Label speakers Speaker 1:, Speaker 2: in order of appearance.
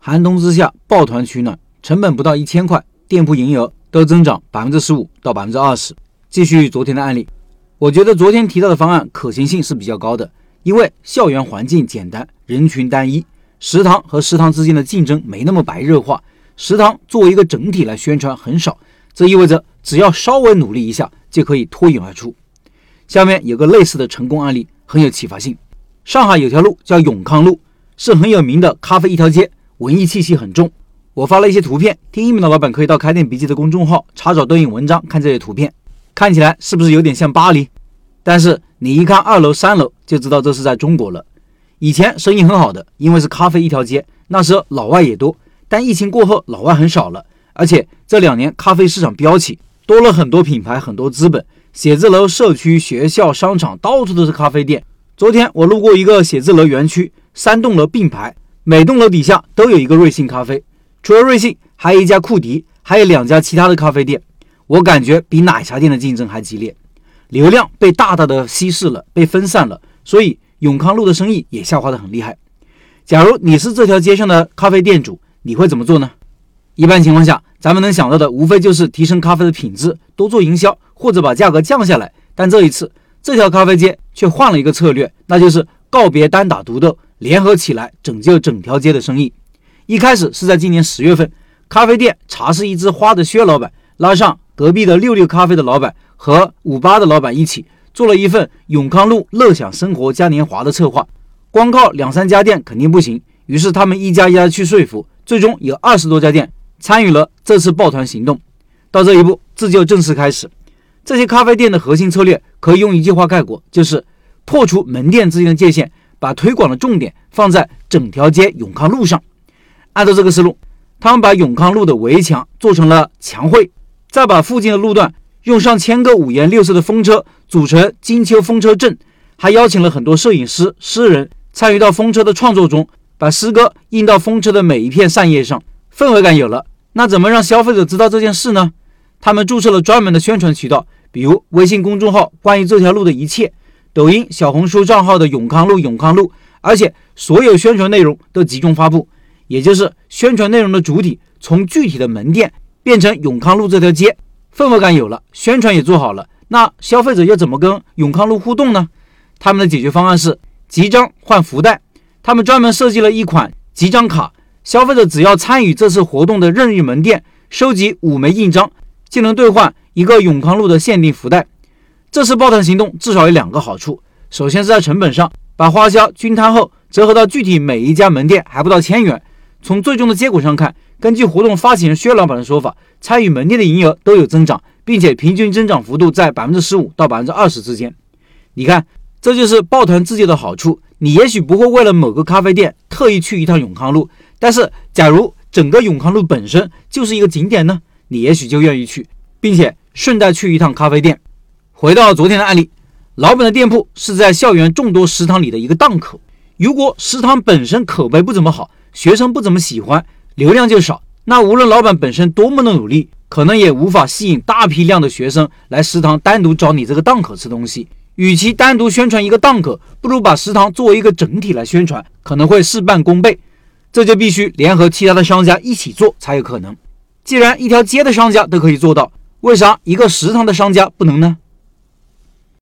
Speaker 1: 寒冬之下抱团取暖，成本不到1000块，店铺营业额都增长 15% 到 20%。 继续昨天的案例，我觉得昨天提到的方案可行性是比较高的，因为校园环境简单，人群单一，食堂和食堂之间的竞争没那么白热化，食堂作为一个整体来宣传很少，这意味着只要稍微努力一下就可以脱颖而出。下面有个类似的成功案例，很有启发性。上海有条路叫永康路，是很有名的咖啡一条街，文艺气息很重。我发了一些图片，听音频的老板可以到开店笔记的公众号查找对应文章看这些图片，看起来是不是有点像巴黎？但是你一看2楼3楼就知道这是在中国了。以前生意很好的，因为是咖啡一条街，那时候老外也多，但疫情过后老外很少了，而且这2年咖啡市场飙起，多了很多品牌，很多资本，写字楼、社区、学校、商场到处都是咖啡店。昨天我路过一个写字楼园区，3栋楼并排，每栋楼底下都有一个瑞幸咖啡，除了瑞幸还有一家库迪，还有2家其他的咖啡店。我感觉比奶茶店的竞争还激烈，流量被大大的稀释了，被分散了，所以永康路的生意也下滑得很厉害。假如你是这条街上的咖啡店主，你会怎么做呢？一般情况下，咱们能想到的无非就是提升咖啡的品质，多做营销，或者把价格降下来。但这一次这条咖啡街却换了一个策略，那就是告别单打独斗，联合起来拯救整条街的生意。一开始是在今年10月份，咖啡店茶是一枝花的薛老板拉上隔壁的66咖啡的老板和58的老板一起做了一份永康路乐享生活嘉年华的策划。光靠2-3家店肯定不行，于是他们一家一家去说服，最终有20多家店参与了这次抱团行动。到这一步，自救正式开始。这些咖啡店的核心策略可以用一句话概括，就是破除门店之间的界限，把推广的重点放在整条街永康路上。按照这个思路，他们把永康路的围墙做成了墙绘，再把附近的路段用上千个五颜六色的风车组成金秋风车阵，还邀请了很多摄影师、诗人参与到风车的创作中，把诗歌印到风车的每一片扇叶上，氛围感有了。那怎么让消费者知道这件事呢？他们注册了专门的宣传渠道，比如微信公众号关于这条路的一切，抖音、小红书账号的永康路永康路，而且所有宣传内容都集中发布，也就是宣传内容的主体从具体的门店变成永康路这条街。氛围感有了，宣传也做好了，那消费者要怎么跟永康路互动呢？他们的解决方案是集章换福袋，他们专门设计了一款集章卡，消费者只要参与这次活动的任意门店，收集5枚印章，就能兑换一个永康路的限定福袋。这次抱团行动至少有2个好处，首先是在成本上，把花销均摊后折合到具体每一家门店还不到1000元。从最终的结果上看，根据活动发起人薛老板的说法，参与门店的营业额都有增长，并且平均增长幅度在 15% 到 20% 之间。你看，这就是抱团自救的好处。你也许不会为了某个咖啡店特意去一趟永康路，但是假如整个永康路本身就是一个景点呢，你也许就愿意去，并且顺带去一趟咖啡店。回到昨天的案例，老板的店铺是在校园众多食堂里的一个档口。如果食堂本身口碑不怎么好，学生不怎么喜欢，流量就少，那无论老板本身多么的努力，可能也无法吸引大批量的学生来食堂单独找你这个档口吃东西。与其单独宣传一个档口，不如把食堂作为一个整体来宣传，可能会事半功倍。这就必须联合其他的商家一起做才有可能。既然一条街的商家都可以做到，为啥一个食堂的商家不能呢？